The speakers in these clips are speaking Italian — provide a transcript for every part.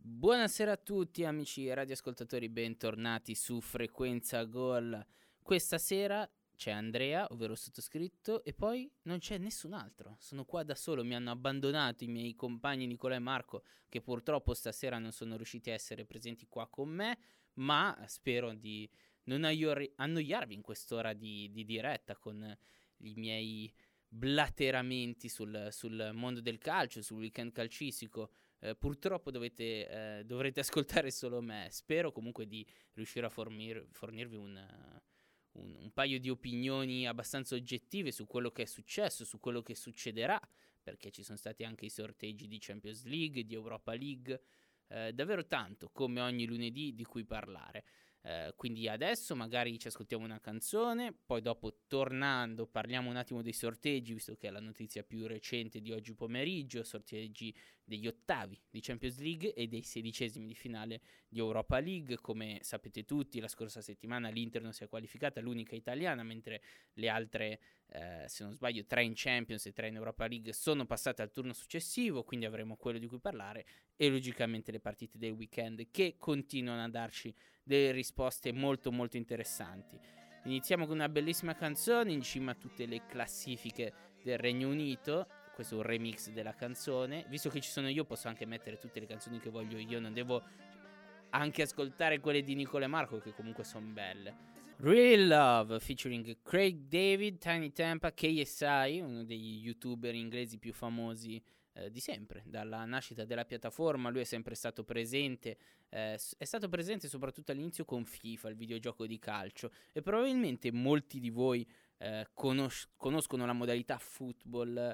Buonasera a tutti amici radioascoltatori, bentornati su Frequenza Gol. Questa sera c'è Andrea, ovvero sottoscritto, e poi non c'è nessun altro. Sono qua da solo, mi hanno abbandonato i miei compagni Nicola e Marco, che purtroppo stasera non sono riusciti a essere presenti qua con me, ma spero di non annoiarvi in quest'ora di diretta con i miei blateramenti sul mondo del calcio, sul weekend calcistico. Purtroppo dovrete ascoltare solo me. Spero comunque di riuscire a fornirvi un paio di opinioni abbastanza oggettive su quello che è successo, su quello che succederà, perché ci sono stati anche i sorteggi di Champions League, di Europa League, davvero tanto, come ogni lunedì, di cui parlare. Quindi adesso magari ci ascoltiamo una canzone, poi dopo tornando parliamo un attimo dei sorteggi, visto che è la notizia più recente di oggi pomeriggio, sorteggi degli ottavi di Champions League e dei 16esimi di finale di Europa League. Come sapete tutti, la scorsa settimana l'Inter non si è qualificata, l'unica italiana, mentre le altre, se non sbaglio, 3 in Champions e 3 in Europa League sono passate al turno successivo, quindi avremo quello di cui parlare e logicamente le partite del weekend che continuano a darci delle risposte molto molto interessanti. Iniziamo con una bellissima canzone in cima a tutte le classifiche del Regno Unito. Questo è un remix della canzone. Visto che ci sono io, posso anche mettere tutte le canzoni che voglio io, non devo anche ascoltare quelle di Nicola e Marco, che comunque sono belle. Real Love featuring Craig David, Tiny Tampa, KSI, uno degli youtuber inglesi più famosi di sempre, dalla nascita della piattaforma. Lui è sempre stato presente, è stato presente soprattutto all'inizio con FIFA, il videogioco di calcio, e probabilmente molti di voi conoscono la modalità football,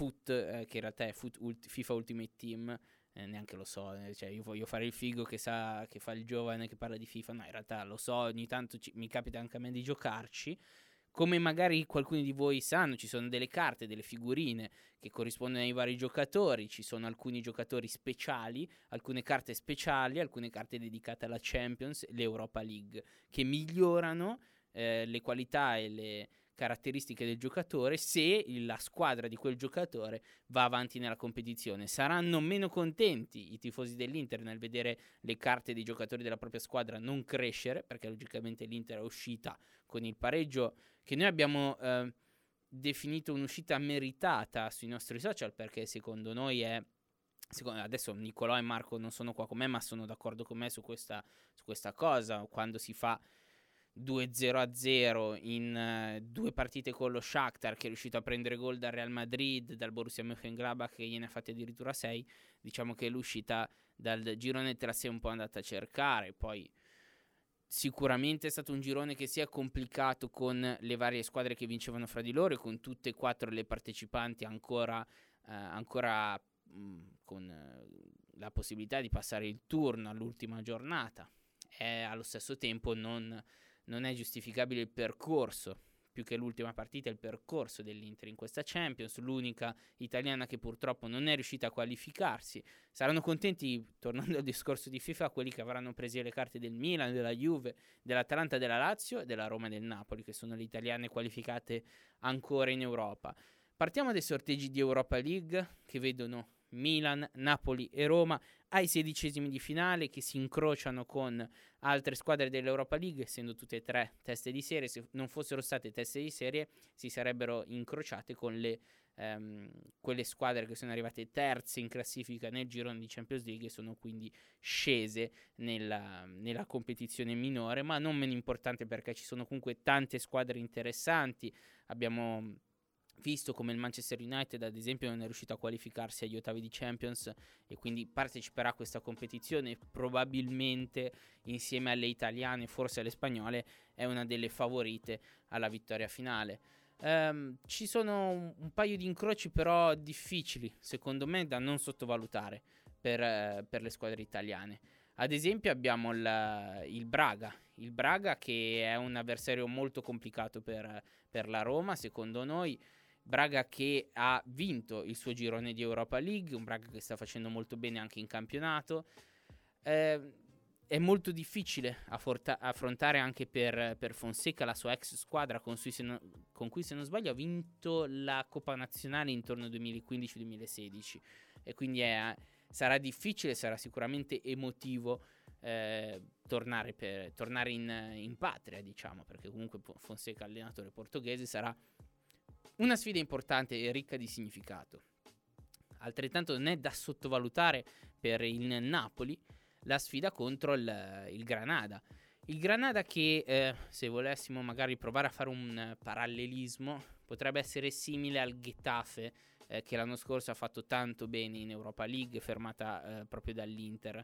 che in realtà è FIFA Ultimate Team. Neanche lo so, cioè io voglio fare il figo che fa il giovane che parla di FIFA. No, in realtà lo so, ogni tanto mi capita anche a me di giocarci. Come magari alcuni di voi sanno, ci sono delle carte, delle figurine che corrispondono ai vari giocatori, ci sono alcuni giocatori speciali, alcune carte speciali, alcune carte dedicate alla Champions, l'Europa League, che migliorano le qualità e le caratteristiche del giocatore se la squadra di quel giocatore va avanti nella competizione. Saranno meno contenti i tifosi dell'Inter nel vedere le carte dei giocatori della propria squadra non crescere, perché logicamente l'Inter è uscita con il pareggio che noi abbiamo definito un'uscita meritata sui nostri social, perché secondo noi è... Adesso Nicolò e Marco non sono qua con me, ma sono d'accordo con me su questa cosa. Quando si fa 2-0 in due partite con lo Shakhtar, che è riuscito a prendere gol dal Real Madrid, dal Borussia Mönchengladbach, che gliene ha fatti addirittura 6, diciamo che l'uscita dal girone te la sei un po' andata a cercare. Poi sicuramente è stato un girone che si è complicato con le varie squadre che vincevano fra di loro e con tutte e quattro le partecipanti ancora con la possibilità di passare il turno all'ultima giornata. Allo stesso tempo non è giustificabile il percorso, più che l'ultima partita, il percorso dell'Inter in questa Champions, l'unica italiana che purtroppo non è riuscita a qualificarsi. Saranno contenti, tornando al discorso di FIFA, quelli che avranno preso le carte del Milan, della Juve, dell'Atalanta, della Lazio e della Roma e del Napoli, che sono le italiane qualificate ancora in Europa. Partiamo dai sorteggi di Europa League, che vedono Milan, Napoli e Roma ai 16esimi di finale, che si incrociano con altre squadre dell'Europa League, essendo tutte e tre teste di serie. Se non fossero state teste di serie, si sarebbero incrociate con quelle squadre che sono arrivate terze in classifica nel girone di Champions League e sono quindi scese nella competizione minore, ma non meno importante, perché ci sono comunque tante squadre interessanti. Abbiamo visto come il Manchester United, ad esempio, non è riuscito a qualificarsi agli ottavi di Champions e quindi parteciperà a questa competizione. Probabilmente, insieme alle italiane, forse alle spagnole, è una delle favorite alla vittoria finale. Ci sono un paio di incroci però difficili, secondo me, da non sottovalutare per le squadre italiane. Ad esempio abbiamo il Braga, che è un avversario molto complicato per la Roma, secondo noi. Braga che ha vinto il suo girone di Europa League, un Braga che sta facendo molto bene anche in campionato. È molto difficile affrontare anche per Fonseca, la sua ex squadra con cui se non sbaglio ha vinto la Coppa Nazionale intorno al 2015-2016 e quindi sarà difficile, sarà sicuramente emotivo tornare in patria, diciamo, perché comunque Fonseca, allenatore portoghese, sarà una sfida importante e ricca di significato. Altrettanto non è da sottovalutare per il Napoli la sfida contro il Granada. Il Granada che, se volessimo magari provare a fare un parallelismo, potrebbe essere simile al Getafe, che l'anno scorso ha fatto tanto bene in Europa League, fermata proprio dall'Inter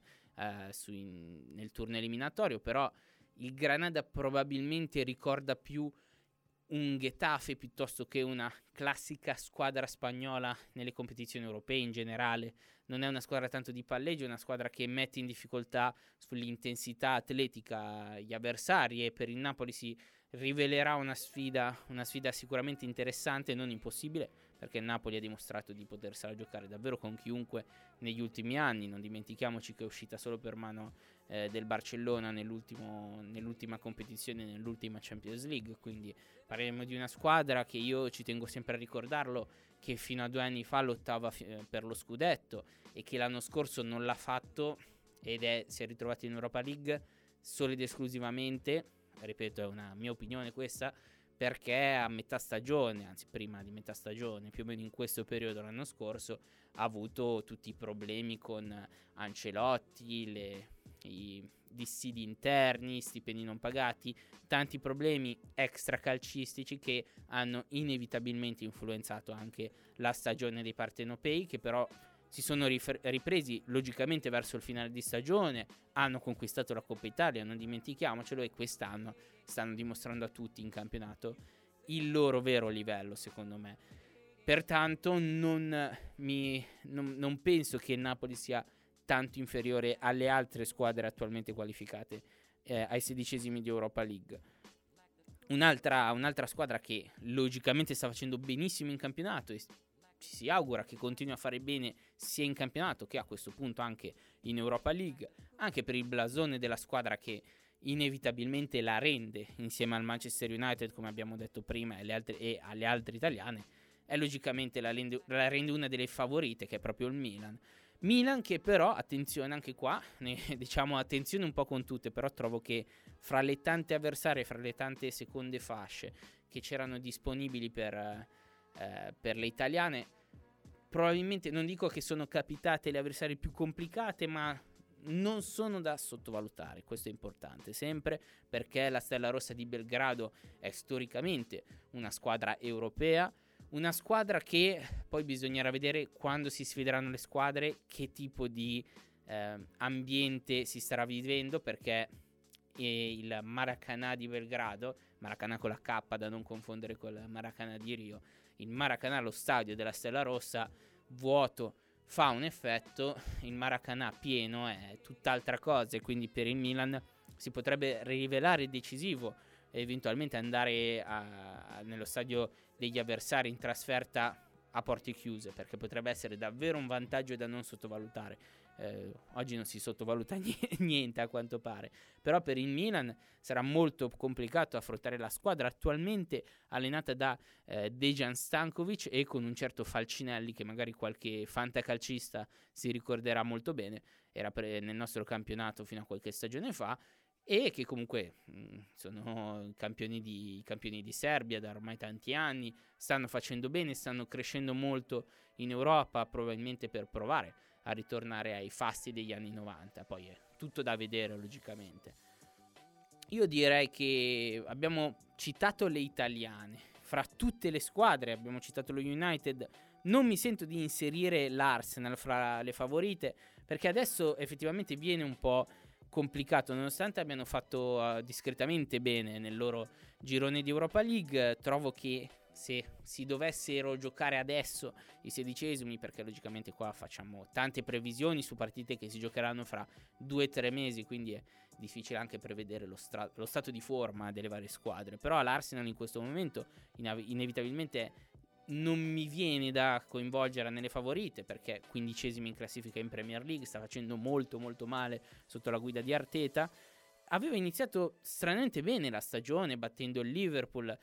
nel turno eliminatorio, però il Granada probabilmente ricorda più un Getafe piuttosto che una classica squadra spagnola nelle competizioni europee in generale. Non è una squadra tanto di palleggio, è una squadra che mette in difficoltà sull'intensità atletica gli avversari, e per il Napoli si rivelerà una sfida sicuramente interessante, non impossibile, perché il Napoli ha dimostrato di potersela giocare davvero con chiunque negli ultimi anni. Non dimentichiamoci che è uscita solo per mano del Barcellona nell'ultima competizione, nell'ultima Champions League, quindi parliamo di una squadra che io ci tengo sempre a ricordarlo, che fino a 2 anni fa lottava per lo scudetto e che l'anno scorso non l'ha fatto si è ritrovato in Europa League solo ed esclusivamente, ripeto è una mia opinione questa, perché a metà stagione, anzi prima di metà stagione, più o meno in questo periodo l'anno scorso, ha avuto tutti i problemi con Ancelotti, i dissidi interni, stipendi non pagati, tanti problemi extracalcistici che hanno inevitabilmente influenzato anche la stagione dei partenopei, che però si sono ripresi logicamente verso il finale di stagione, hanno conquistato la Coppa Italia, non dimentichiamocelo, e quest'anno stanno dimostrando a tutti in campionato il loro vero livello, secondo me. Pertanto non penso che il Napoli sia tanto inferiore alle altre squadre attualmente qualificate ai 16esimi di Europa League. Un'altra squadra che logicamente sta facendo benissimo in campionato e ci si augura che continui a fare bene sia in campionato che a questo punto anche in Europa League, anche per il blasone della squadra che inevitabilmente la rende insieme al Manchester United, come abbiamo detto prima, e alle altre italiane, è logicamente la rende una delle favorite, che è proprio il Milan che però, attenzione anche qua, diciamo attenzione un po' con tutte, però trovo che fra le tante avversarie, fra le tante seconde fasce che c'erano disponibili per le italiane, probabilmente non dico che sono capitate le avversarie più complicate, ma non sono da sottovalutare. Questo è importante sempre, perché la Stella Rossa di Belgrado è storicamente una squadra europea, una squadra che poi bisognerà vedere quando si sfideranno le squadre che tipo di ambiente si starà vivendo, perché il Maracanã di Belgrado, Maracanã con la K da non confondere col Maracanã di Rio, il Maracanã, lo stadio della Stella Rossa, vuoto fa un effetto, il Maracanã pieno è tutt'altra cosa, e quindi per il Milan si potrebbe rivelare decisivo eventualmente andare nello stadio degli avversari in trasferta a porte chiuse, perché potrebbe essere davvero un vantaggio da non sottovalutare. Oggi non si sottovaluta niente a quanto pare, però per il Milan sarà molto complicato affrontare la squadra attualmente allenata da Dejan Stankovic e con un certo Falcinelli, che magari qualche fantacalcista si ricorderà molto bene, era nel nostro campionato fino a qualche stagione fa, e che comunque sono campioni di Serbia da ormai tanti anni, stanno facendo bene, stanno crescendo molto in Europa, probabilmente per provare a ritornare ai fasti degli anni 90. Poi è tutto da vedere logicamente. Io direi che abbiamo citato le italiane, fra tutte le squadre abbiamo citato lo United. Non mi sento di inserire l'Arsenal fra le favorite, perché adesso effettivamente viene un po' complicato, nonostante abbiano fatto discretamente bene nel loro girone di Europa League. Trovo che se si dovessero giocare adesso i 16esimi, perché logicamente qua facciamo tante previsioni su partite che si giocheranno fra 2-3 mesi, quindi è difficile anche prevedere lo stato di forma delle varie squadre, però l'Arsenal in questo momento inevitabilmente non mi viene da coinvolgere nelle favorite, perché 15esimi in classifica in Premier League, sta facendo molto molto male sotto la guida di Arteta. aveva iniziato stranamente bene la stagione, battendo il Liverpool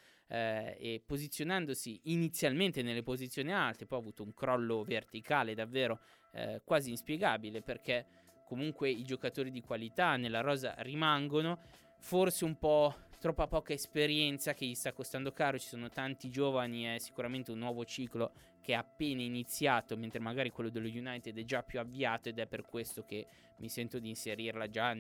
e posizionandosi inizialmente nelle posizioni alte, poi ha avuto un crollo verticale davvero quasi inspiegabile, perché comunque i giocatori di qualità nella rosa rimangono, forse un po' troppa poca esperienza che gli sta costando caro, ci sono tanti giovani, è sicuramente un nuovo ciclo che è appena iniziato, mentre magari quello dello United è già più avviato, ed è per questo che mi sento di inserirla già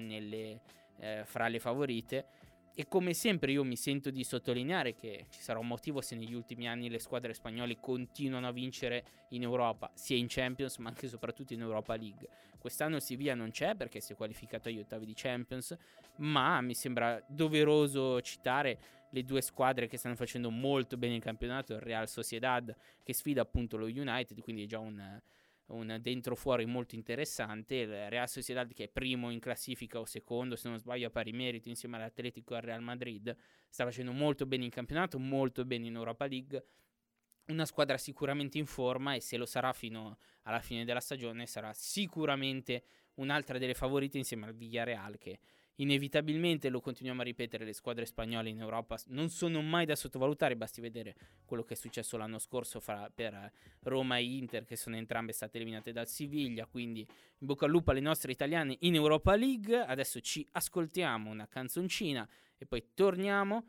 fra le favorite. E come sempre io mi sento di sottolineare che ci sarà un motivo se negli ultimi anni le squadre spagnole continuano a vincere in Europa, sia in Champions ma anche e soprattutto in Europa League. Quest'anno Sevilla non c'è perché si è qualificato agli ottavi di Champions, ma mi sembra doveroso citare le due squadre che stanno facendo molto bene il campionato, il Real Sociedad che sfida appunto lo United, quindi è già un dentro fuori molto interessante. Il Real Sociedad che è primo in classifica o secondo se non sbaglio a pari merito insieme all'Atletico e al Real Madrid, sta facendo molto bene in campionato, molto bene in Europa League, una squadra sicuramente in forma, e se lo sarà fino alla fine della stagione sarà sicuramente un'altra delle favorite insieme al Villarreal, che inevitabilmente, lo continuiamo a ripetere, le squadre spagnole in Europa non sono mai da sottovalutare. Basti vedere quello che è successo l'anno scorso per Roma e Inter, che sono entrambe state eliminate dal Siviglia. Quindi in bocca al lupo alle nostre italiane in Europa League. Adesso ci ascoltiamo una canzoncina e poi torniamo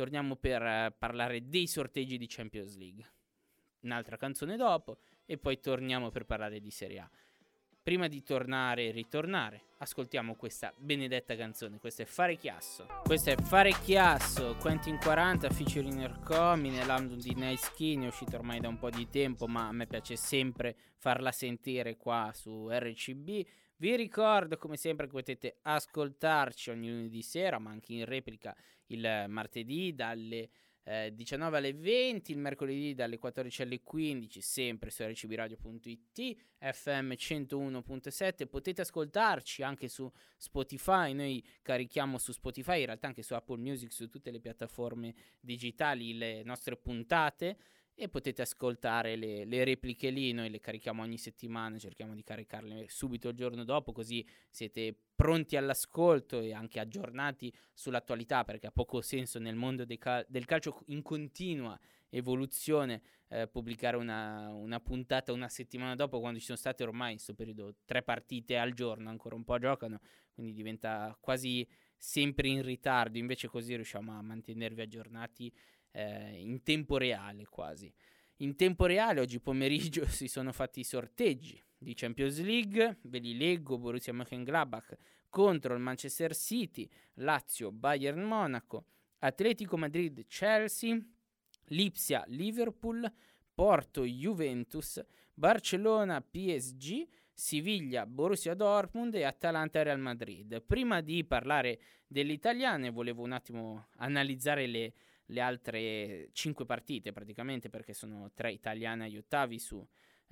per parlare dei sorteggi di Champions League, un'altra canzone dopo, e poi torniamo per parlare di Serie A. Prima di tornare e ritornare, ascoltiamo questa benedetta canzone. Questo è Fare Chiasso. Questo è Fare Chiasso, Quentin 40 featuring Ercomi nell'album di Nice Skin, è uscito ormai da un po' di tempo, ma a me piace sempre farla sentire qua su RCB. Vi ricordo come sempre che potete ascoltarci ogni lunedì sera, ma anche in replica il martedì dalle 19 alle 20, il mercoledì dalle 14 alle 15, sempre su rcbradio.it, FM 101.7. Potete ascoltarci anche su Spotify, noi carichiamo su Spotify, in realtà anche su Apple Music, su tutte le piattaforme digitali le nostre puntate, e potete ascoltare le repliche lì, noi le carichiamo ogni settimana, cerchiamo di caricarle subito il giorno dopo, così siete pronti all'ascolto e anche aggiornati sull'attualità, perché ha poco senso nel mondo del calcio in continua evoluzione pubblicare una puntata una settimana dopo, quando ci sono state ormai in questo periodo 3 partite al giorno, ancora un po' giocano, quindi diventa quasi sempre in ritardo. Invece così riusciamo a mantenervi aggiornati in tempo reale quasi. In tempo reale oggi pomeriggio si sono fatti i sorteggi di Champions League, ve li leggo: Borussia Mönchengladbach contro il Manchester City, Lazio Bayern Monaco, Atletico Madrid Chelsea, Lipsia Liverpool, Porto Juventus, Barcellona PSG, Siviglia Borussia Dortmund e Atalanta Real Madrid. Prima di parlare delle italiane volevo un attimo analizzare le altre 5 partite praticamente, perché sono 3 italiane agli ottavi su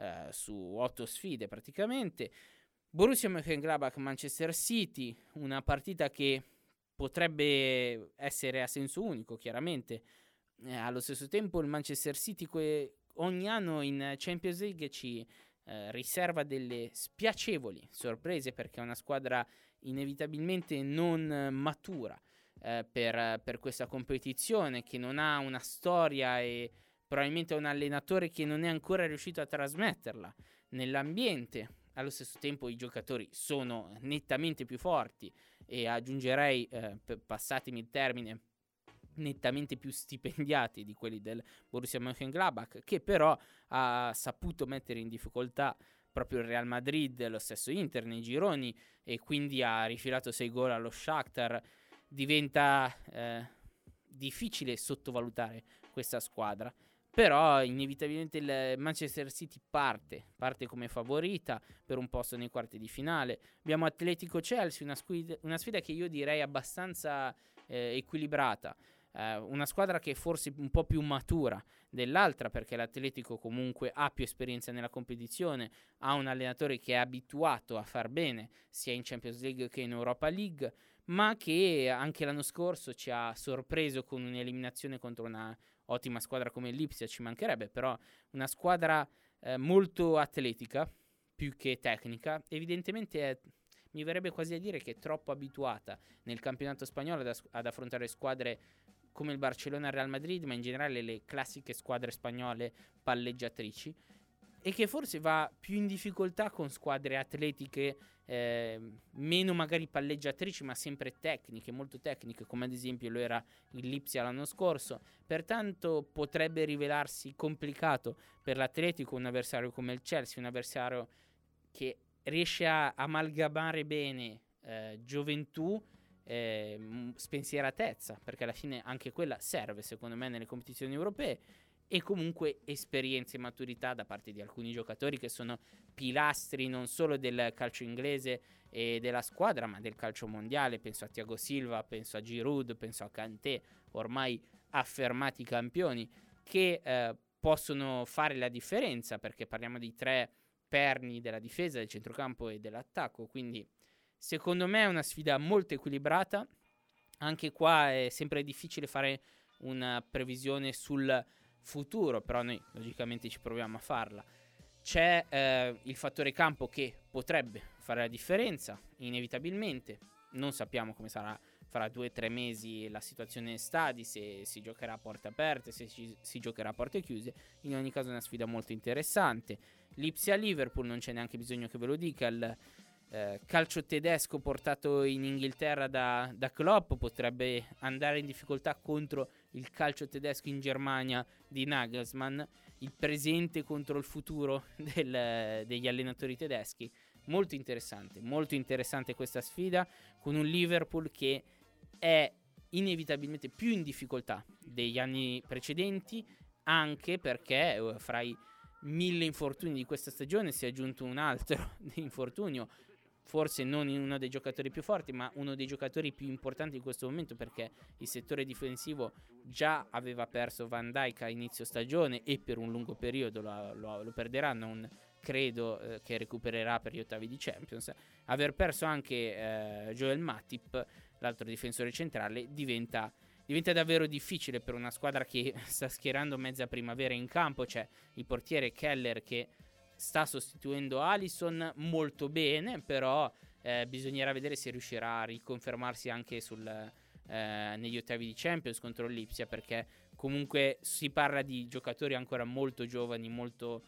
8 sfide praticamente. Borussia Mönchengladbach Manchester City, una partita che potrebbe essere a senso unico chiaramente, allo stesso tempo il Manchester City ogni anno in Champions League ci riserva delle spiacevoli sorprese, perché è una squadra inevitabilmente non matura per questa competizione, che non ha una storia e probabilmente un allenatore che non è ancora riuscito a trasmetterla nell'ambiente. Allo stesso tempo i giocatori sono nettamente più forti e aggiungerei, passatemi il termine, nettamente più stipendiati di quelli del Borussia Mönchengladbach, che però ha saputo mettere in difficoltà proprio il Real Madrid, lo stesso Inter nei gironi, e quindi ha rifilato 6 gol allo Shakhtar. Diventa difficile sottovalutare questa squadra, però inevitabilmente il Manchester City parte come favorita per un posto nei quarti di finale. Abbiamo Atletico Chelsea, una sfida che io direi abbastanza equilibrata, una squadra che è forse un po' più matura dell'altra, perché l'Atletico comunque ha più esperienza nella competizione, ha un allenatore che è abituato a far bene sia in Champions League che in Europa League, ma che anche l'anno scorso ci ha sorpreso con un'eliminazione contro una ottima squadra come l'Ipsia, ci mancherebbe, però una squadra molto atletica più che tecnica. Evidentemente mi verrebbe quasi a dire che è troppo abituata nel campionato spagnolo ad affrontare squadre come il Barcellona e il Real Madrid, ma in generale le classiche squadre spagnole palleggiatrici, e che forse va più in difficoltà con squadre atletiche meno magari palleggiatrici, ma sempre tecniche, molto tecniche, come ad esempio lo era il Lipsia l'anno scorso. Pertanto potrebbe rivelarsi complicato per l'Atletico un avversario come il Chelsea, un avversario che riesce a amalgamare bene gioventù, spensieratezza, perché alla fine anche quella serve secondo me nelle competizioni europee, e comunque esperienza e maturità da parte di alcuni giocatori che sono pilastri non solo del calcio inglese e della squadra, ma del calcio mondiale. Penso a Thiago Silva, penso a Giroud, penso a Kanté, ormai affermati campioni, che possono fare la differenza, perché parliamo di 3 perni della difesa, del centrocampo e dell'attacco. Quindi secondo me è una sfida molto equilibrata. Anche qua è sempre difficile fare una previsione sul futuro, però noi logicamente ci proviamo a farla. C'è il fattore campo che potrebbe fare la differenza, inevitabilmente. Non sappiamo come sarà fra 2-3 mesi la situazione stadi, se si giocherà a porte aperte, se si giocherà a porte chiuse. In ogni caso è una sfida molto interessante. Lipsia-Liverpool, non c'è neanche bisogno che ve lo dica, il calcio tedesco portato in Inghilterra da Klopp potrebbe andare in difficoltà contro il calcio tedesco in Germania di Nagelsmann, il presente contro il futuro degli allenatori tedeschi. Molto interessante questa sfida, con un Liverpool che è inevitabilmente più in difficoltà degli anni precedenti, anche perché fra i 1000 infortuni di questa stagione si è aggiunto un altro infortunio, forse non in uno dei giocatori più forti, ma uno dei giocatori più importanti in questo momento, perché il settore difensivo già aveva perso Van Dijk a inizio stagione e per un lungo periodo lo perderà, non credo che recupererà per gli ottavi di Champions. Aver perso anche Joel Matip, l'altro difensore centrale, diventa davvero difficile per una squadra che sta schierando mezza primavera in campo. C'è il portiere Keller che sta sostituendo Alisson molto bene, però bisognerà vedere se riuscirà a riconfermarsi anche negli ottavi di Champions contro il Lipsia, perché comunque si parla di giocatori ancora molto giovani, molto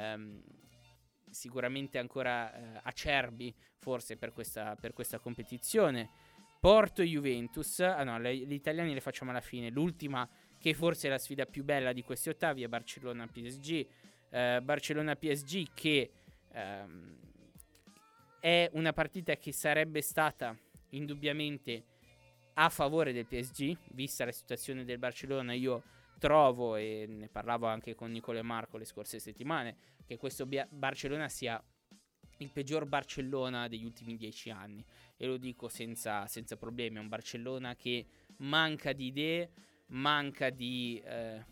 sicuramente ancora acerbi forse per questa competizione. Porto Juventus, gli italiani le facciamo alla fine. L'ultima, che forse è la sfida più bella di questi ottavi, è Barcellona-PSG. Barcellona-PSG che è una partita che sarebbe stata indubbiamente a favore del PSG, vista la situazione del Barcellona. Io trovo, e ne parlavo anche con Nicolo e Marco le scorse settimane, che questo Barcellona sia il peggior Barcellona degli ultimi 10 anni, e lo dico senza problemi. È un Barcellona che manca di idee, manca di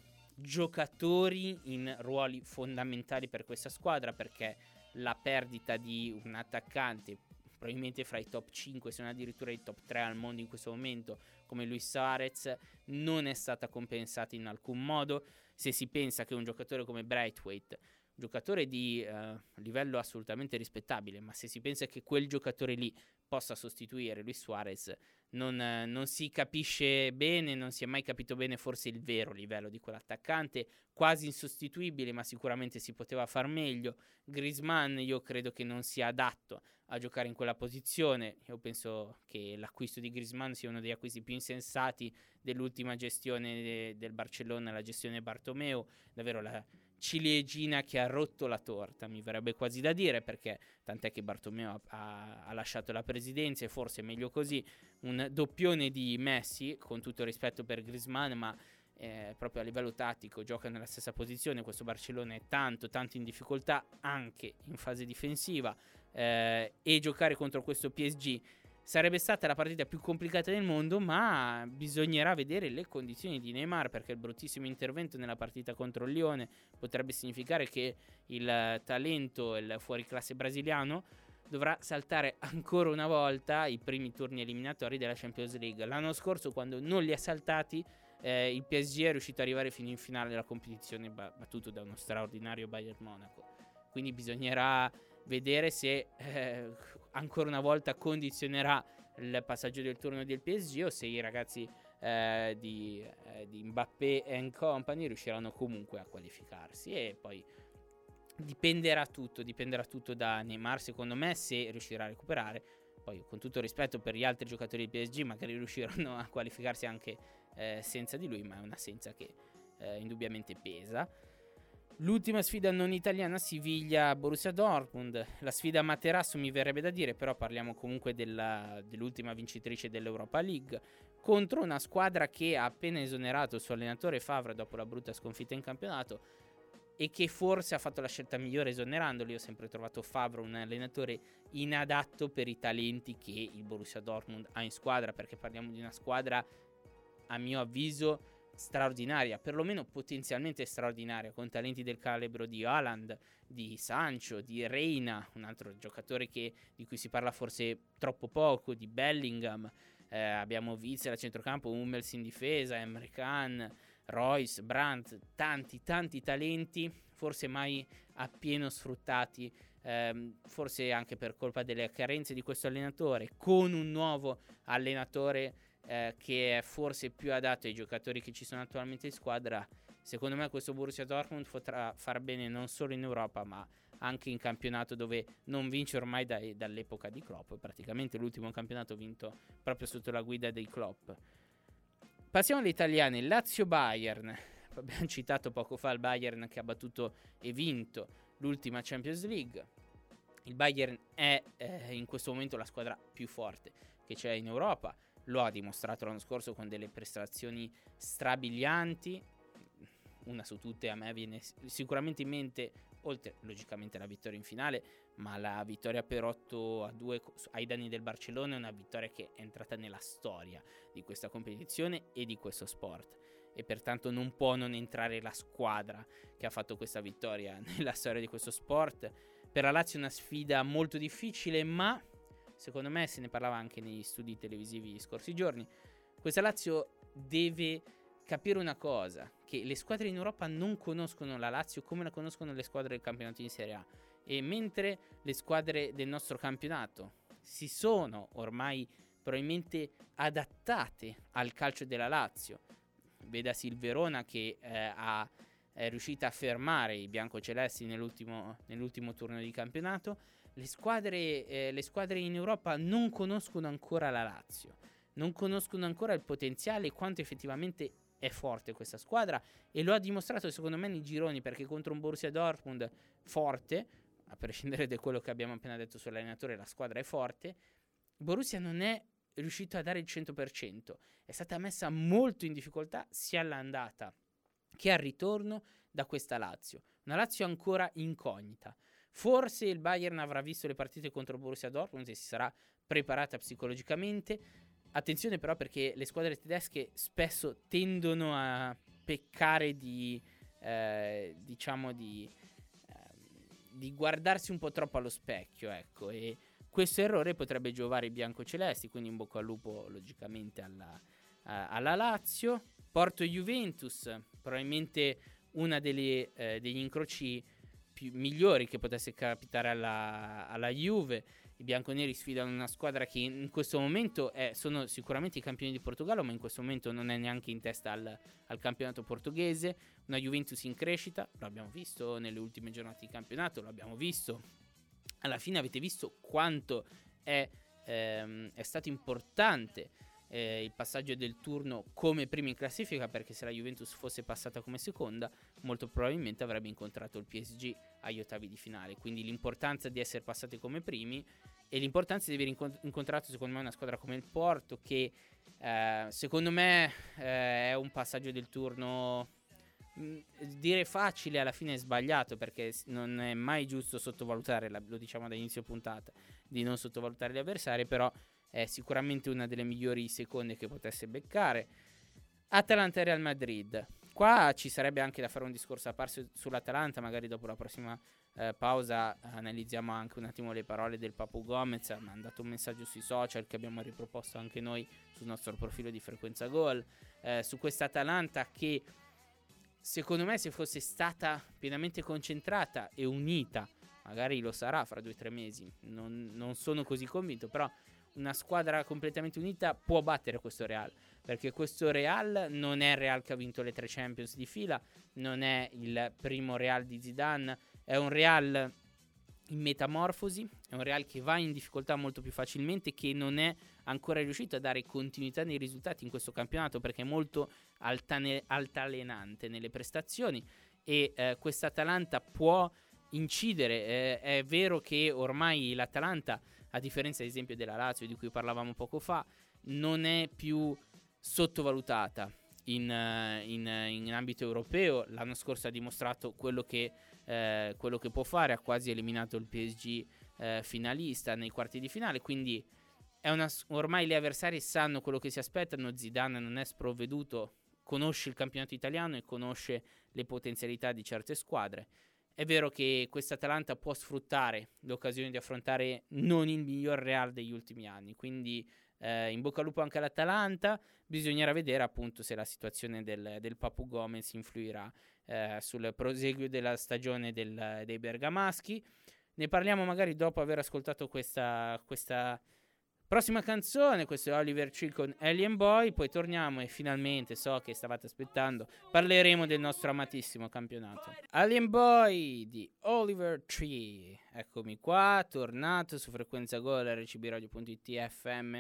giocatori in ruoli fondamentali per questa squadra, perché la perdita di un attaccante probabilmente fra i top 5, se non addirittura i top 3 al mondo in questo momento, come Luis Suarez, non è stata compensata in alcun modo. Se si pensa che un giocatore come Braithwaite, giocatore di livello assolutamente rispettabile, ma se si pensa che quel giocatore lì possa sostituire Luis Suarez, non si capisce bene, non si è mai capito bene forse il vero livello di quell'attaccante, quasi insostituibile, ma sicuramente si poteva far meglio. Griezmann io credo che non sia adatto a giocare in quella posizione. Io penso che l'acquisto di Griezmann sia uno degli acquisti più insensati dell'ultima gestione del Barcellona, la gestione Bartomeu, davvero la ciliegina che ha rotto la torta, mi verrebbe quasi da dire, perché tant'è che Bartomeu ha lasciato la presidenza, e forse è meglio così. Un doppione di Messi, con tutto il rispetto per Griezmann, ma proprio a livello tattico gioca nella stessa posizione. Questo Barcellona è tanto in difficoltà anche in fase difensiva, e giocare contro questo PSG sarebbe stata la partita più complicata del mondo, ma bisognerà vedere le condizioni di Neymar, perché il bruttissimo intervento nella partita contro il Lione potrebbe significare che il talento, il fuoriclasse brasiliano, dovrà saltare ancora una volta i primi turni eliminatori della Champions League. L'anno scorso, quando non li ha saltati, il PSG è riuscito ad arrivare fino in finale della competizione, battuto da uno straordinario Bayern Monaco. Quindi bisognerà vedere se ancora una volta condizionerà il passaggio del turno del PSG, o se i ragazzi di Mbappé and company riusciranno comunque a qualificarsi. E poi dipenderà tutto da Neymar, secondo me, se riuscirà a recuperare. Poi, con tutto il rispetto per gli altri giocatori del PSG, magari riusciranno a qualificarsi anche senza di lui, ma è un'assenza che indubbiamente pesa. L'ultima sfida non italiana, Siviglia-Borussia Dortmund. La sfida Materasso mi verrebbe da dire, però parliamo comunque dell'ultima vincitrice dell'Europa League, contro una squadra che ha appena esonerato il suo allenatore Favre dopo la brutta sconfitta in campionato, e che forse ha fatto la scelta migliore esonerandoli. Io ho sempre trovato Favre un allenatore inadatto per i talenti che il Borussia Dortmund ha in squadra, perché parliamo di una squadra, a mio avviso, straordinaria, perlomeno potenzialmente straordinaria, con talenti del calibro di Haaland, di Sancho, di Reina, un altro giocatore di cui si parla forse troppo poco, di Bellingham. Abbiamo Witsel a centrocampo, Hummels in difesa, Emre Can, Royce, Brandt, tanti talenti, forse mai appieno sfruttati, forse anche per colpa delle carenze di questo allenatore, con un nuovo allenatore che è forse più adatto ai giocatori che ci sono attualmente in squadra. Secondo me questo Borussia Dortmund potrà far bene non solo in Europa, ma anche in campionato, dove non vince ormai dall'epoca di Klopp. Praticamente l'ultimo campionato vinto proprio sotto la guida dei Klopp. Passiamo alle italiane. Lazio-Bayern. Abbiamo citato poco fa il Bayern che ha battuto e vinto l'ultima Champions League. Il Bayern è in questo momento la squadra più forte che c'è in Europa. Lo ha dimostrato l'anno scorso con delle prestazioni strabilianti. Una su tutte a me viene sicuramente in mente, oltre logicamente alla vittoria in finale, ma la vittoria per 8-2 ai danni del Barcellona è una vittoria che è entrata nella storia di questa competizione e di questo sport, e pertanto non può non entrare la squadra che ha fatto questa vittoria nella storia di questo sport. Per la Lazio è una sfida molto difficile, ma secondo me, se ne parlava anche negli studi televisivi gli scorsi giorni, questa Lazio deve capire una cosa, che le squadre in Europa non conoscono la Lazio come la conoscono le squadre del campionato in Serie A, e mentre le squadre del nostro campionato si sono ormai probabilmente adattate al calcio della Lazio, vedasi il Verona che è riuscita a fermare i biancocelesti nell'ultimo turno di campionato, le squadre in Europa non conoscono ancora la Lazio, non conoscono ancora il potenziale e quanto effettivamente è forte questa squadra, e lo ha dimostrato secondo me nei gironi, perché contro un Borussia Dortmund forte, a prescindere da quello che abbiamo appena detto sull'allenatore, la squadra è forte, Borussia non è riuscito a dare il 100%, è stata messa molto in difficoltà sia all'andata che al ritorno da questa Lazio, una Lazio ancora incognita. Forse il Bayern avrà visto le partite contro il Borussia Dortmund e si sarà preparata psicologicamente. Attenzione però, perché le squadre tedesche spesso tendono a peccare di guardarsi un po' troppo allo specchio, ecco, e questo errore potrebbe giovare i biancocelesti, quindi in bocca al lupo logicamente alla Lazio. Porto-Juventus, probabilmente una degli incroci migliori che potesse capitare alla Juve. I bianconeri sfidano una squadra che in questo momento sono sicuramente i campioni di Portogallo, ma in questo momento non è neanche in testa al campionato portoghese. Una Juventus in crescita, lo abbiamo visto nelle ultime giornate di campionato, lo abbiamo visto. Alla fine avete visto quanto è stato importante il passaggio del turno come prima in classifica, perché se la Juventus fosse passata come seconda molto probabilmente avrebbe incontrato il PSG agli ottavi di finale. Quindi l'importanza di essere passati come primi e l'importanza di aver incontrato secondo me una squadra come il Porto, che secondo me è un passaggio del turno, dire facile alla fine è sbagliato, perché non è mai giusto sottovalutare, lo diciamo da inizio puntata, di non sottovalutare gli avversari, però è sicuramente una delle migliori seconde che potesse beccare. Atalanta e Real Madrid, qua ci sarebbe anche da fare un discorso a parte sull'Atalanta, magari dopo la prossima pausa analizziamo anche un attimo le parole del Papu Gomez. Ha mandato un messaggio sui social che abbiamo riproposto anche noi sul nostro profilo di Frequenza Gol, su questa Atalanta che secondo me, se fosse stata pienamente concentrata e unita, magari lo sarà fra 2 o 3 mesi, non sono così convinto, però una squadra completamente unita può battere questo Real, perché questo Real non è il Real che ha vinto le 3 Champions di fila, non è il primo Real di Zidane, è un Real in metamorfosi, è un Real che va in difficoltà molto più facilmente, che non è ancora riuscito a dare continuità nei risultati in questo campionato, perché è molto altalenante nelle prestazioni, e quest'Atalanta può incidere. È vero che ormai l'Atalanta, a differenza ad esempio della Lazio di cui parlavamo poco fa, non è più sottovalutata in ambito europeo. L'anno scorso ha dimostrato quello che può fare, ha quasi eliminato il PSG finalista nei quarti di finale, quindi ormai gli avversari sanno quello che si aspettano. Zidane non è sprovveduto, conosce il campionato italiano e conosce le potenzialità di certe squadre. È vero che quest'Atalanta può sfruttare l'occasione di affrontare non il miglior Real degli ultimi anni, quindi in bocca al lupo anche all'Atalanta. Bisognerà vedere appunto se la situazione del Papu Gomez influirà sul proseguio della stagione dei bergamaschi. Ne parliamo magari dopo aver ascoltato questa prossima canzone. Questo è Oliver Tree con Alien Boy. Poi torniamo e finalmente, so che stavate aspettando, parleremo del nostro amatissimo campionato. Alien Boy di Oliver Tree. Eccomi qua, tornato su Frequenza Gol, rcbradio.it FM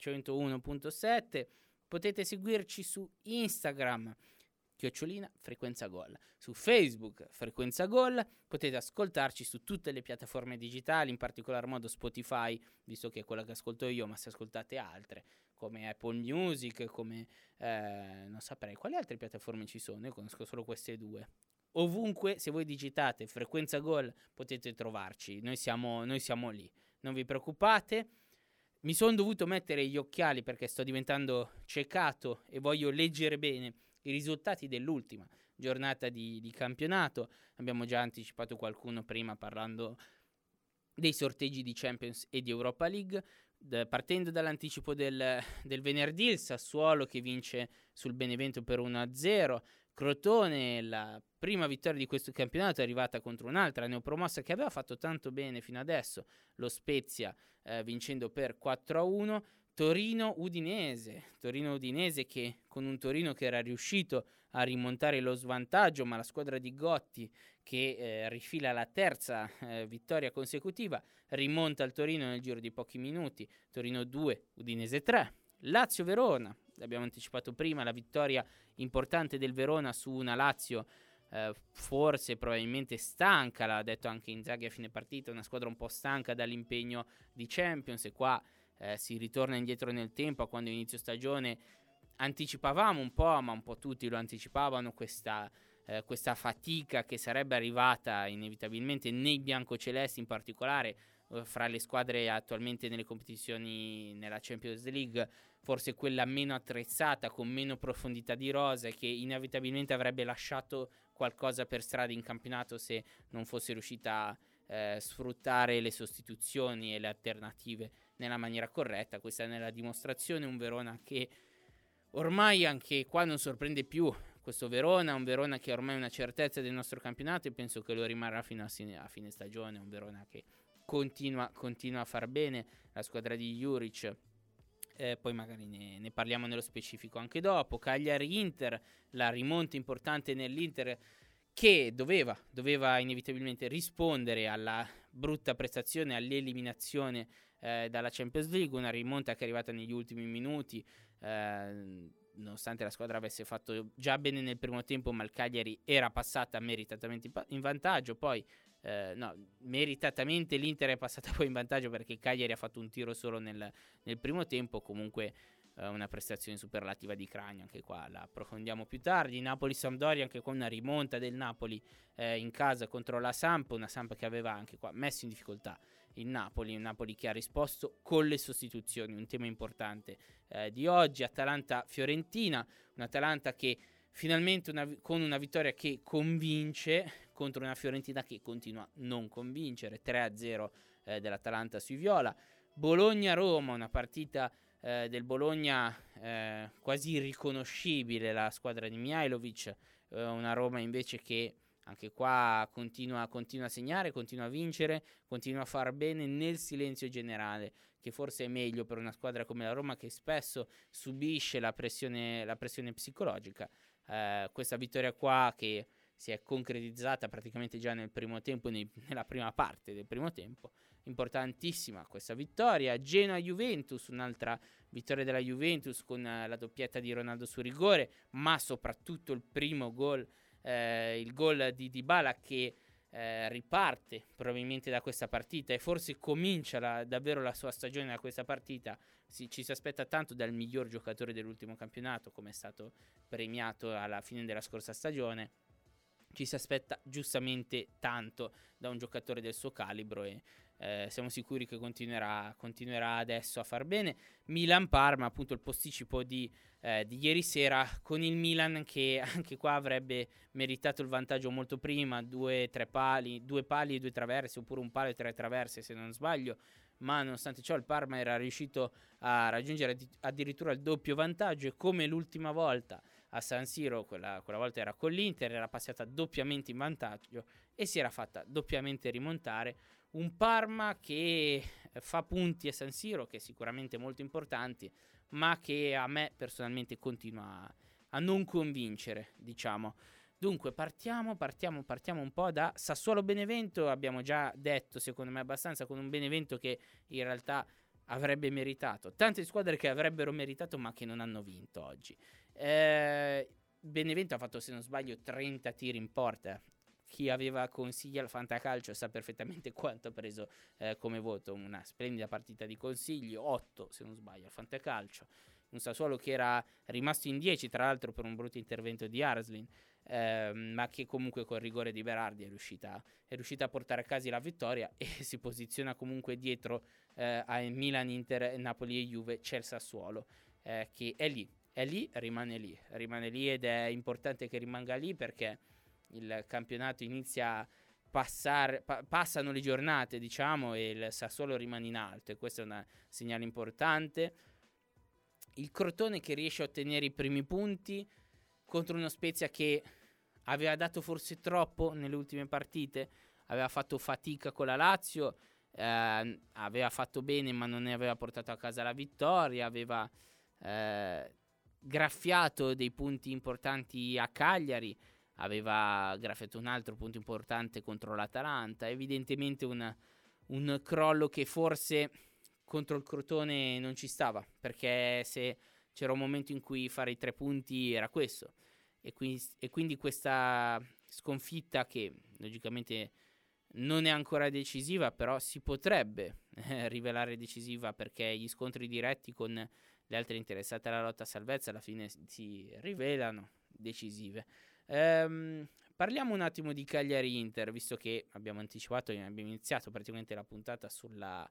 101.7. Potete seguirci su Instagram @Frequenza Gol, su Facebook Frequenza Gol. Potete ascoltarci su tutte le piattaforme digitali, in particolar modo Spotify, visto che è quella che ascolto io, ma se ascoltate altre come Apple Music, come non saprei quali altre piattaforme ci sono, io conosco solo queste due. Ovunque, se voi digitate Frequenza Gol, potete trovarci. Noi siamo lì, non vi preoccupate. Mi sono dovuto mettere gli occhiali perché sto diventando ciecato e voglio leggere bene i risultati dell'ultima giornata di campionato. Abbiamo già anticipato qualcuno prima parlando dei sorteggi di Champions e di Europa League. Partendo dall'anticipo del venerdì, il Sassuolo che vince sul Benevento per 1-0. Crotone, la prima vittoria di questo campionato, è arrivata contro un'altra neopromossa che aveva fatto tanto bene fino adesso, lo Spezia, vincendo per 4-1. Torino-Udinese che, con un Torino che era riuscito a rimontare lo svantaggio, ma la squadra di Gotti che rifila la terza vittoria consecutiva, rimonta il Torino nel giro di pochi minuti. Torino 2, Udinese 3. Lazio-Verona, l'abbiamo anticipato prima, la vittoria importante del Verona su una Lazio forse probabilmente stanca, l'ha detto anche Inzaghi a fine partita, una squadra un po' stanca dall'impegno di Champions, e qua si ritorna indietro nel tempo a quando inizio stagione anticipavamo un po', ma un po' tutti lo anticipavano, questa fatica che sarebbe arrivata inevitabilmente nei biancocelesti, in particolare fra le squadre attualmente nelle competizioni nella Champions League, forse quella meno attrezzata, con meno profondità di rosa, che inevitabilmente avrebbe lasciato qualcosa per strada in campionato se non fosse riuscita a sfruttare le sostituzioni e le alternative nella maniera corretta. Questa è nella dimostrazione un Verona che ormai anche qua non sorprende più. Questo Verona, un Verona che ormai è una certezza del nostro campionato e penso che lo rimarrà fino a fine stagione. Un Verona che continua a far bene, la squadra di Juric. Poi magari ne parliamo nello specifico anche dopo. Cagliari-Inter, la rimonta importante nell'Inter che doveva inevitabilmente rispondere alla brutta prestazione, all'eliminazione dalla Champions League, una rimonta che è arrivata negli ultimi minuti, nonostante la squadra avesse fatto già bene nel primo tempo, ma il Cagliari era passata meritatamente in vantaggio. Poi meritatamente l'Inter è passata poi in vantaggio perché il Cagliari ha fatto un tiro solo nel primo tempo. Comunque una prestazione superlativa di Cragno, anche qua la approfondiamo più tardi. Napoli-Sampdoria, anche qua una rimonta del Napoli in casa contro la Samp, una Samp che aveva anche qua messo in difficoltà il Napoli, un Napoli che ha risposto con le sostituzioni, un tema importante di oggi. Atalanta-Fiorentina, un'Atalanta che finalmente con una vittoria che convince contro una Fiorentina che continua a non convincere, 3-0 dell'Atalanta sui viola. Bologna-Roma, una partita del Bologna quasi irriconoscibile, la squadra di Mihajlovic, una Roma invece che Anche qua continua a segnare, continua a vincere, continua a far bene nel silenzio generale, che forse è meglio per una squadra come la Roma, che spesso subisce la pressione psicologica. Questa vittoria qua, che si è concretizzata praticamente già nel primo tempo, nella prima parte del primo tempo, importantissima questa vittoria. Genoa-Juventus, un'altra vittoria della Juventus con la doppietta di Ronaldo su rigore, ma soprattutto il primo gol, il gol di Dybala, che riparte probabilmente da questa partita e forse comincia davvero la sua stagione da questa partita. Ci si aspetta tanto dal miglior giocatore dell'ultimo campionato, come è stato premiato alla fine della scorsa stagione. Ci si aspetta giustamente tanto da un giocatore del suo calibro e siamo sicuri che continuerà adesso a far bene. Milan-Parma, appunto il posticipo di ieri sera, con il Milan che anche qua avrebbe meritato il vantaggio molto prima, due pali e due traverse, oppure un palo e tre traverse se non sbaglio, ma nonostante ciò il Parma era riuscito a raggiungere addirittura il doppio vantaggio, e come l'ultima volta a San Siro, quella volta era con l'Inter, era passata doppiamente in vantaggio e si era fatta doppiamente rimontare. Un Parma che fa punti a San Siro, che è sicuramente molto importanti, ma che a me personalmente continua a non convincere, diciamo. Dunque partiamo un po' da Sassuolo-Benevento. Abbiamo già detto, secondo me abbastanza, con un Benevento che in realtà avrebbe meritato, tante squadre che avrebbero meritato ma che non hanno vinto oggi. Benevento ha fatto, se non sbaglio, 30 tiri in porta. Chi aveva consigli al Fantacalcio sa perfettamente quanto ha preso come voto. Una splendida partita di consigli, 8 se non sbaglio al Fantacalcio. Un Sassuolo che era rimasto in 10 tra l'altro per un brutto intervento di Arslin, ma che comunque col rigore di Berardi è riuscita a portare a casa la vittoria e si posiziona comunque dietro a Milan, Inter, Napoli e Juve. C'è il Sassuolo che è lì, rimane lì ed è importante che rimanga lì, perché il campionato inizia a passano le giornate, diciamo, e il Sassuolo rimane in alto, e questo è un segnale importante. Il Crotone che riesce a ottenere i primi punti contro uno Spezia che aveva dato forse troppo nelle ultime partite, aveva fatto fatica con la Lazio, aveva fatto bene ma non ne aveva portato a casa la vittoria, aveva graffiato dei punti importanti a Cagliari, aveva graffiato un altro punto importante contro l'Atalanta. Evidentemente un crollo che forse contro il Crotone non ci stava, perché se c'era un momento in cui fare i 3 punti era questo, e quindi questa sconfitta, che logicamente non è ancora decisiva, però si potrebbe rivelare decisiva, perché gli scontri diretti con le altre interessate alla lotta a salvezza alla fine si rivelano decisive. Parliamo un attimo di Cagliari-Inter, visto che abbiamo iniziato praticamente la puntata sulla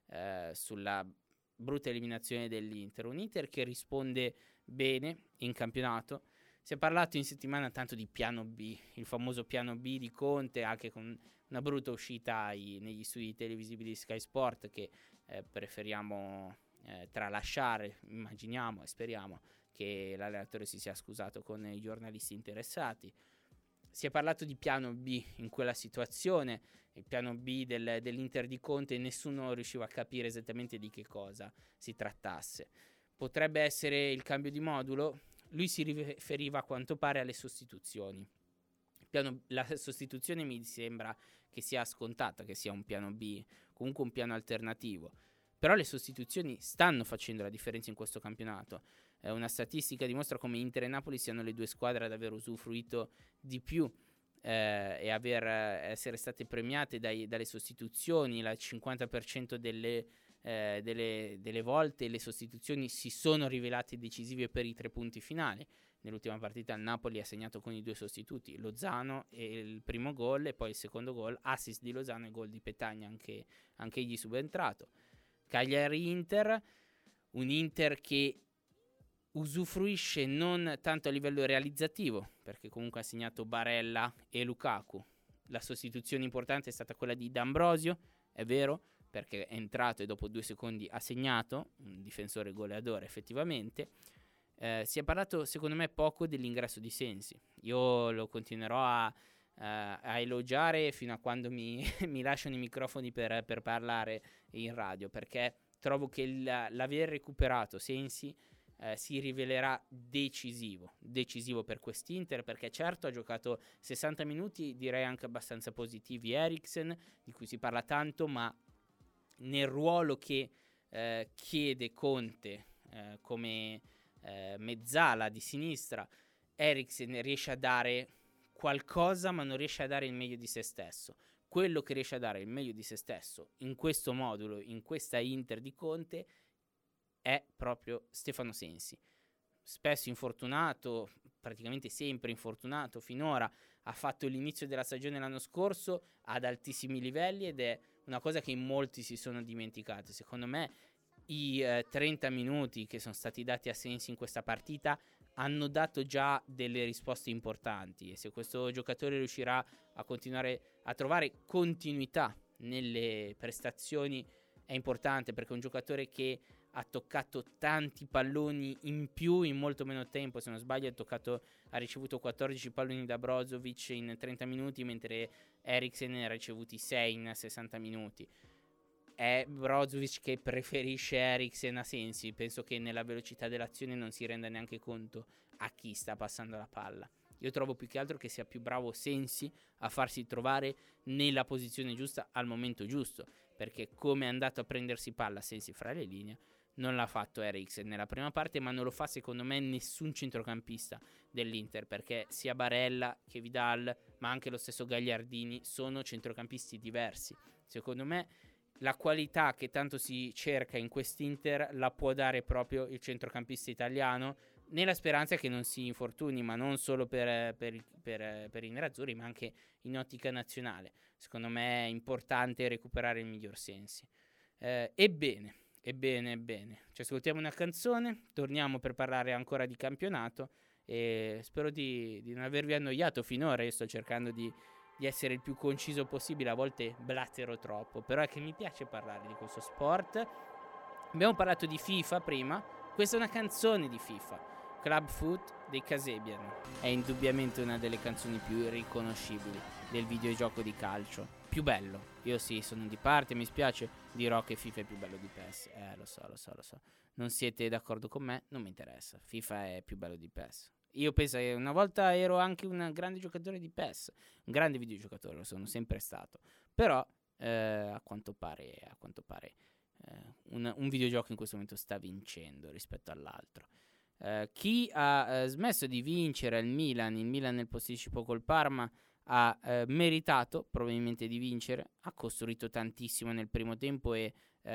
brutta eliminazione dell'Inter. Un Inter che risponde bene in campionato. Si è parlato in settimana tanto di piano B, il famoso piano B di Conte, anche con una brutta uscita negli studi televisivi di Sky Sport, che preferiamo tralasciare. Immaginiamo e speriamo che l'allenatore si sia scusato con i giornalisti interessati. Si è parlato di piano B in quella situazione, il piano B dell'Inter di Conte, e nessuno riusciva a capire esattamente di che cosa si trattasse. Potrebbe essere il cambio di modulo? Lui si riferiva a quanto pare alle sostituzioni. La sostituzione mi sembra che sia scontata, che sia un piano B, comunque un piano alternativo. Però le sostituzioni stanno facendo la differenza in questo campionato. Una statistica dimostra come Inter e Napoli siano le due squadre ad aver usufruito di più e essere state premiate dalle sostituzioni. Il 50% delle volte le sostituzioni si sono rivelate decisive per i 3 punti finali. Nell'ultima partita il Napoli ha segnato con i 2 sostituti, Lozano e il primo gol, e poi il secondo gol, assist di Lozano e gol di Petagna, anche egli subentrato. Cagliari-Inter, un Inter che usufruisce non tanto a livello realizzativo, perché comunque ha segnato Barella e Lukaku. La sostituzione importante è stata quella di D'Ambrosio, è vero, perché è entrato e dopo 2 secondi ha segnato, un difensore goleadore effettivamente. Si è parlato secondo me poco dell'ingresso di Sensi. Io lo continuerò a elogiare fino a quando mi lasciano i microfoni per parlare in radio, perché trovo che l'aver recuperato Sensi si rivelerà decisivo per quest'Inter, perché certo ha giocato 60 minuti, direi anche abbastanza positivi, Eriksen, di cui si parla tanto, ma nel ruolo che chiede Conte come mezzala di sinistra, Eriksen riesce a dare qualcosa, ma non riesce a dare il meglio di se stesso. Quello che riesce a dare il meglio di se stesso in questo modulo, in questa Inter di Conte, è proprio Stefano Sensi. Spesso infortunato, praticamente sempre infortunato finora, ha fatto l'inizio della stagione l'anno scorso ad altissimi livelli, ed è una cosa che in molti si sono dimenticati. Secondo me i 30 minuti che sono stati dati a Sensi in questa partita hanno dato già delle risposte importanti, e se questo giocatore riuscirà a continuare a trovare continuità nelle prestazioni è importante, perché è un giocatore che ha toccato tanti palloni in più in molto meno tempo. Se non sbaglio ha ricevuto 14 palloni da Brozovic in 30 minuti, mentre Eriksen ne ha ricevuti 6 in 60 minuti. È Brozovic che preferisce Eriksen a Sensi. Penso che nella velocità dell'azione non si renda neanche conto a chi sta passando la palla. Io trovo più che altro che sia più bravo Sensi a farsi trovare nella posizione giusta al momento giusto, perché come è andato a prendersi palla Sensi fra le linee non l'ha fatto Eriksen nella prima parte, ma non lo fa secondo me nessun centrocampista dell'Inter, perché sia Barella che Vidal, ma anche lo stesso Gagliardini, sono centrocampisti diversi. Secondo me la qualità che tanto si cerca in quest'Inter la può dare proprio il centrocampista italiano, nella speranza che non si infortuni, ma non solo per i nerazzurri, ma anche in ottica nazionale. Secondo me è importante recuperare il miglior Sensi. Ebbene, ci ascoltiamo una canzone, torniamo per parlare ancora di campionato, e spero di non avervi annoiato finora. Io sto cercando di essere il più conciso possibile, a volte blattero troppo, però è che mi piace parlare di questo sport. Abbiamo parlato di FIFA prima, questa è una canzone di FIFA, Club Foot dei Kasabian. È indubbiamente una delle canzoni più riconoscibili del videogioco di calcio. Più bello. Io sì, sono di parte, mi spiace, dirò che FIFA è più bello di PES. Lo so. Non siete d'accordo con me? Non mi interessa. FIFA è più bello di PES. Io penso che una volta ero anche un grande giocatore di PES, un grande videogiocatore, lo sono sempre stato. Però a quanto pare un videogioco in questo momento sta vincendo rispetto all'altro. Chi ha smesso di vincere il Milan nel posticipo col Parma ha meritato probabilmente di vincere, ha costruito tantissimo nel primo tempo ed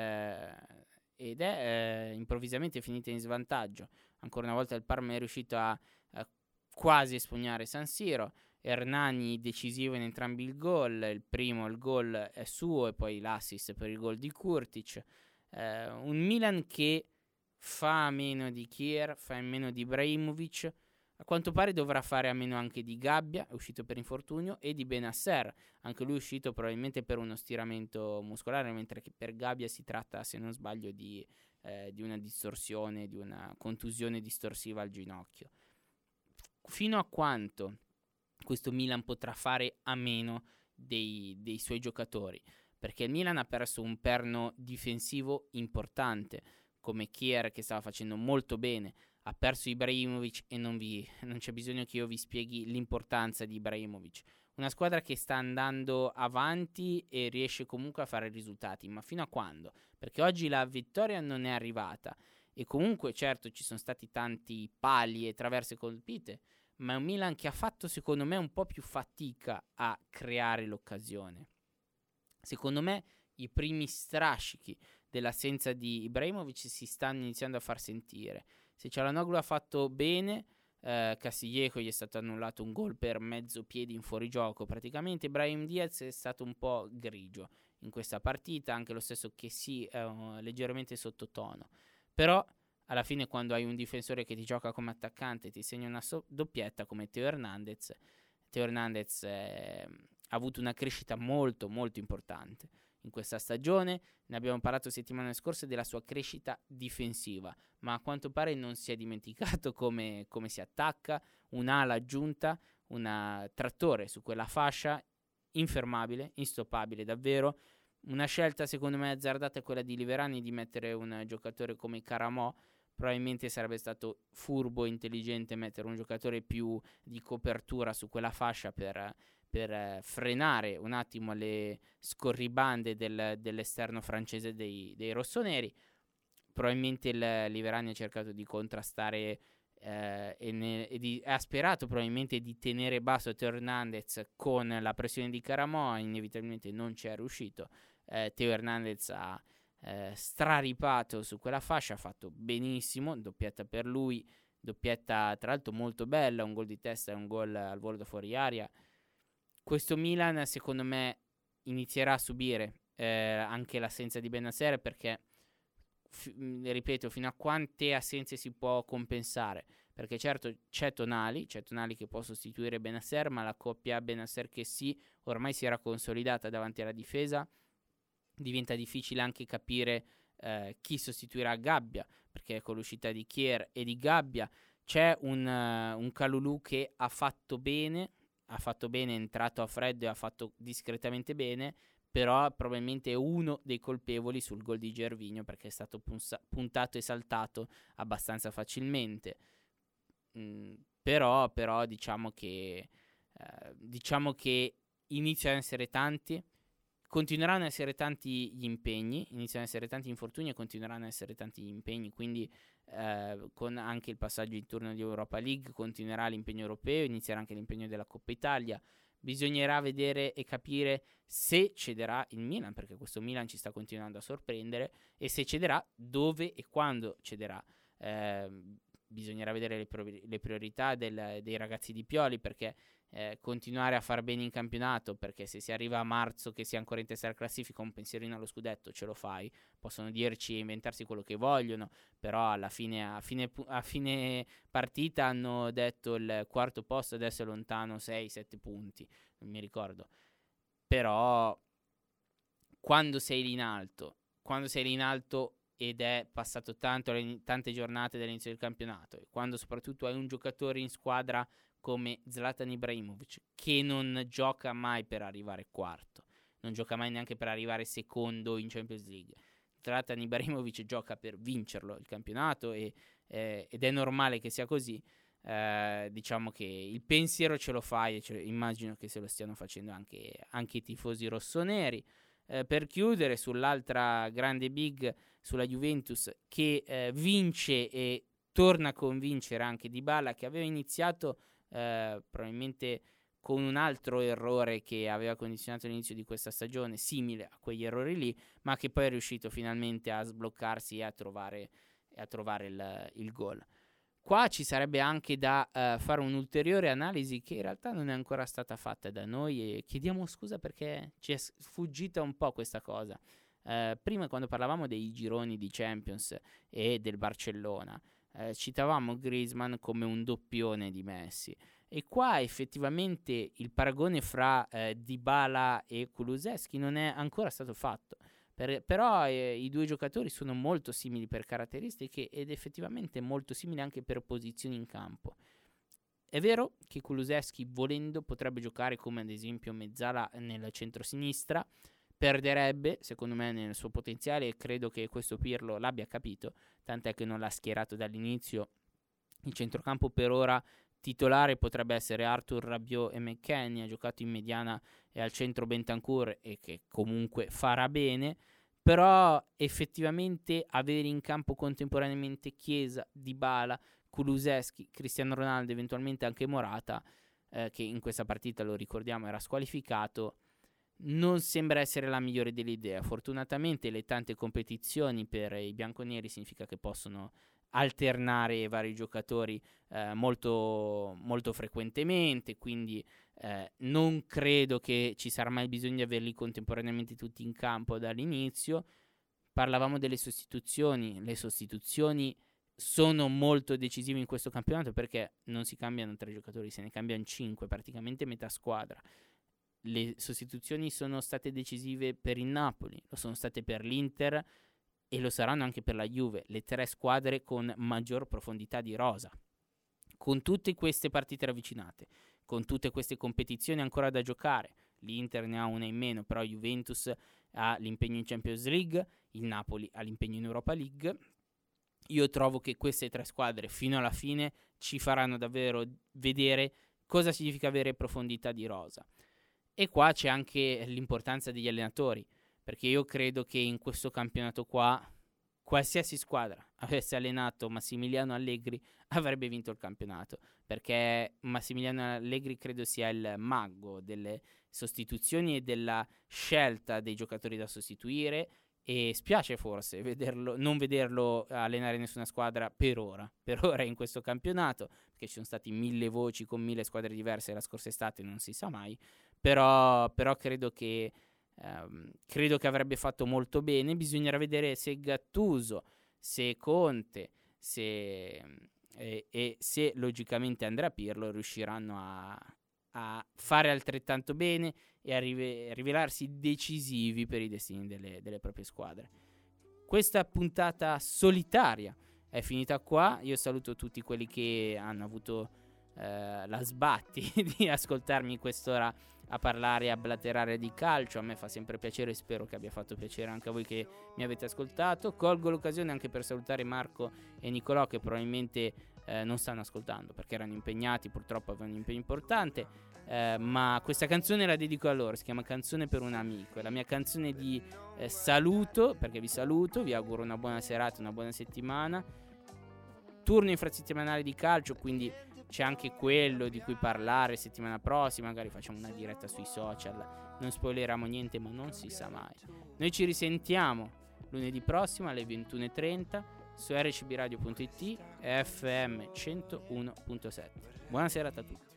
è improvvisamente finita in svantaggio. Ancora una volta il Parma è riuscito a quasi espugnare San Siro. Hernani decisivo in entrambi i gol, il gol è suo e poi l'assist per il gol di Kurtic. Un Milan che fa a meno di Kier, fa a meno di Ibrahimovic, a quanto pare dovrà fare a meno anche di Gabbia, è uscito per infortunio, e di Benasser, anche lui è uscito probabilmente per uno stiramento muscolare, mentre che per Gabbia si tratta, se non sbaglio, di una distorsione, di una contusione distorsiva al ginocchio. Fino a quanto questo Milan potrà fare a meno dei suoi giocatori? Perché il Milan ha perso un perno difensivo importante, come Kier, che stava facendo molto bene, ha perso Ibrahimovic, e non c'è bisogno che io vi spieghi l'importanza di Ibrahimovic. Una squadra che sta andando avanti e riesce comunque a fare risultati, ma fino a quando? Perché oggi la vittoria non è arrivata, e comunque certo ci sono stati tanti pali e traverse colpite, ma è un Milan che ha fatto secondo me un po' più fatica a creare l'occasione. Secondo me i primi strascichi dell'assenza di Ibrahimovic si stanno iniziando a far sentire. Se Çalhanoğlu ha fatto bene, Castillejo gli è stato annullato un gol per mezzo piede in fuorigioco praticamente. Brahim Diaz è stato un po' grigio in questa partita, anche lo stesso che sì, leggermente sottotono. Però alla fine, quando hai un difensore che ti gioca come attaccante e ti segna una doppietta come Theo Hernandez ha avuto una crescita molto molto importante in questa stagione. Ne abbiamo parlato settimane scorse della sua crescita difensiva, ma a quanto pare non si è dimenticato come si attacca, un'ala aggiunta, un trattore su quella fascia infermabile, instoppabile davvero. Una scelta secondo me azzardata è quella di Liverani di mettere un giocatore come Caramò. Probabilmente sarebbe stato furbo, intelligente mettere un giocatore più di copertura su quella fascia per frenare un attimo le scorribande dell'esterno francese dei rossoneri. Probabilmente il Liverani ha cercato di contrastare ha sperato probabilmente di tenere basso Teo Hernandez con la pressione di Caramò. Inevitabilmente non ci è riuscito. Teo Hernandez ha straripato su quella fascia, ha fatto benissimo, doppietta per lui, doppietta tra l'altro molto bella, un gol di testa e un gol al volo da fuori aria. Questo Milan secondo me inizierà a subire anche l'assenza di Bennacer, perché ripeto, fino a quante assenze si può compensare, perché certo c'è Tonali che può sostituire Bennacer, ma la coppia Bennacer che sì ormai si era consolidata davanti alla difesa. Diventa difficile anche capire chi sostituirà Gabbia, perché con l'uscita di Kier e di Gabbia c'è un Kalulu che ha fatto bene, è entrato a freddo e ha fatto discretamente bene, però probabilmente è uno dei colpevoli sul gol di Gervinho, perché è stato puntato e saltato abbastanza facilmente. Però diciamo che iniziano ad essere tanti. Continueranno ad essere tanti gli impegni, iniziano ad essere tanti infortuni e continueranno ad essere tanti gli impegni, quindi con anche il passaggio in turno di Europa League continuerà l'impegno europeo, inizierà anche l'impegno della Coppa Italia. Bisognerà vedere e capire se cederà il Milan, perché questo Milan ci sta continuando a sorprendere, e se cederà, dove e quando cederà. Bisognerà vedere le priorità dei ragazzi di Pioli, perché continuare a far bene in campionato, perché se si arriva a marzo che si è ancora in testa alla classifica, un pensierino allo scudetto ce lo fai. Possono dirci e inventarsi quello che vogliono, però alla fine a fine partita hanno detto il quarto posto adesso è lontano 6-7 punti, non mi ricordo. Però quando sei lì in alto ed è passato tante giornate dall'inizio del campionato, e quando soprattutto hai un giocatore in squadra come Zlatan Ibrahimovic che non gioca mai per arrivare quarto, non gioca mai neanche per arrivare secondo in Champions League. Zlatan Ibrahimovic gioca per vincerlo il campionato ed è normale che sia così. Diciamo che il pensiero ce lo fai e immagino che se lo stiano facendo anche i tifosi rossoneri. Per chiudere sull'altra grande big, sulla Juventus che vince e torna a convincere anche Dybala, che aveva iniziato probabilmente con un altro errore che aveva condizionato l'inizio di questa stagione, simile a quegli errori lì, ma che poi è riuscito finalmente a sbloccarsi e a trovare il gol. Qua ci sarebbe anche da fare un'ulteriore analisi che in realtà non è ancora stata fatta da noi, e chiediamo scusa perché ci è sfuggita un po' questa cosa. Prima, quando parlavamo dei gironi di Champions e del Barcellona, citavamo Griezmann come un doppione di Messi, e qua effettivamente il paragone fra Dybala e Kulusevski non è ancora stato fatto. Però i due giocatori sono molto simili per caratteristiche ed effettivamente molto simili anche per posizioni in campo. È vero che Kulusevski, volendo, potrebbe giocare come ad esempio mezzala nel centro-sinistra, perderebbe secondo me nel suo potenziale, e credo che questo Pirlo l'abbia capito, tant'è che non l'ha schierato dall'inizio. Il centrocampo per ora titolare potrebbe essere Arthur, Rabiot e McKennie, ha giocato in mediana e al centro Bentancur, e che comunque farà bene. Però effettivamente avere in campo contemporaneamente Chiesa, Dybala, Kulusevski, Cristiano Ronaldo, eventualmente anche Morata, che in questa partita, lo ricordiamo, era squalificato, non sembra essere la migliore delle idee. Fortunatamente le tante competizioni per i bianconeri significa che possono alternare vari giocatori molto, molto frequentemente, quindi non credo che ci sarà mai bisogno di averli contemporaneamente tutti in campo dall'inizio. Parlavamo delle sostituzioni. Le sostituzioni sono molto decisive in questo campionato, perché non si cambiano 3 giocatori, se ne cambiano 5, praticamente metà squadra. Le sostituzioni sono state decisive per il Napoli, lo sono state per l'Inter e lo saranno anche per la Juve, le 3 squadre con maggior profondità di rosa. Con tutte queste partite ravvicinate, con tutte queste competizioni ancora da giocare. L'Inter ne ha una in meno, però Juventus ha l'impegno in Champions League, il Napoli ha l'impegno in Europa League. Io trovo che queste 3 squadre fino alla fine ci faranno davvero vedere cosa significa avere profondità di rosa. E qua c'è anche l'importanza degli allenatori, perché io credo che in questo campionato qua qualsiasi squadra avesse allenato Massimiliano Allegri avrebbe vinto il campionato, perché Massimiliano Allegri credo sia il mago delle sostituzioni e della scelta dei giocatori da sostituire, e spiace forse non vederlo allenare nessuna squadra per ora in questo campionato, perché ci sono stati 1000 voci con 1000 squadre diverse la scorsa estate, non si sa mai, però credo che avrebbe fatto molto bene. Bisognerà vedere se Gattuso, se Conte, e se logicamente Andrea Pirlo riusciranno a fare altrettanto bene e a rivelarsi decisivi per i destini delle proprie squadre. Questa puntata solitaria è finita qua. Io saluto tutti quelli che hanno avuto la sbatti di ascoltarmi quest'ora a parlare e a blaterare di calcio. A me fa sempre piacere, spero che abbia fatto piacere anche a voi che mi avete ascoltato. Colgo l'occasione anche per salutare Marco e Nicolò, che probabilmente non stanno ascoltando perché erano impegnati, purtroppo avevano un impegno importante, ma questa canzone la dedico a loro. Si chiama Canzone per un amico, è la mia canzone di saluto, perché vi saluto, vi auguro una buona serata, una buona settimana. Turno infrasettimanale di calcio, quindi c'è anche quello di cui parlare settimana prossima, magari facciamo una diretta sui social, non spoileriamo niente, ma non si sa mai. Noi ci risentiamo lunedì prossimo alle 21:30 su rcbradio.it e FM 101.7. Buona serata a tutti.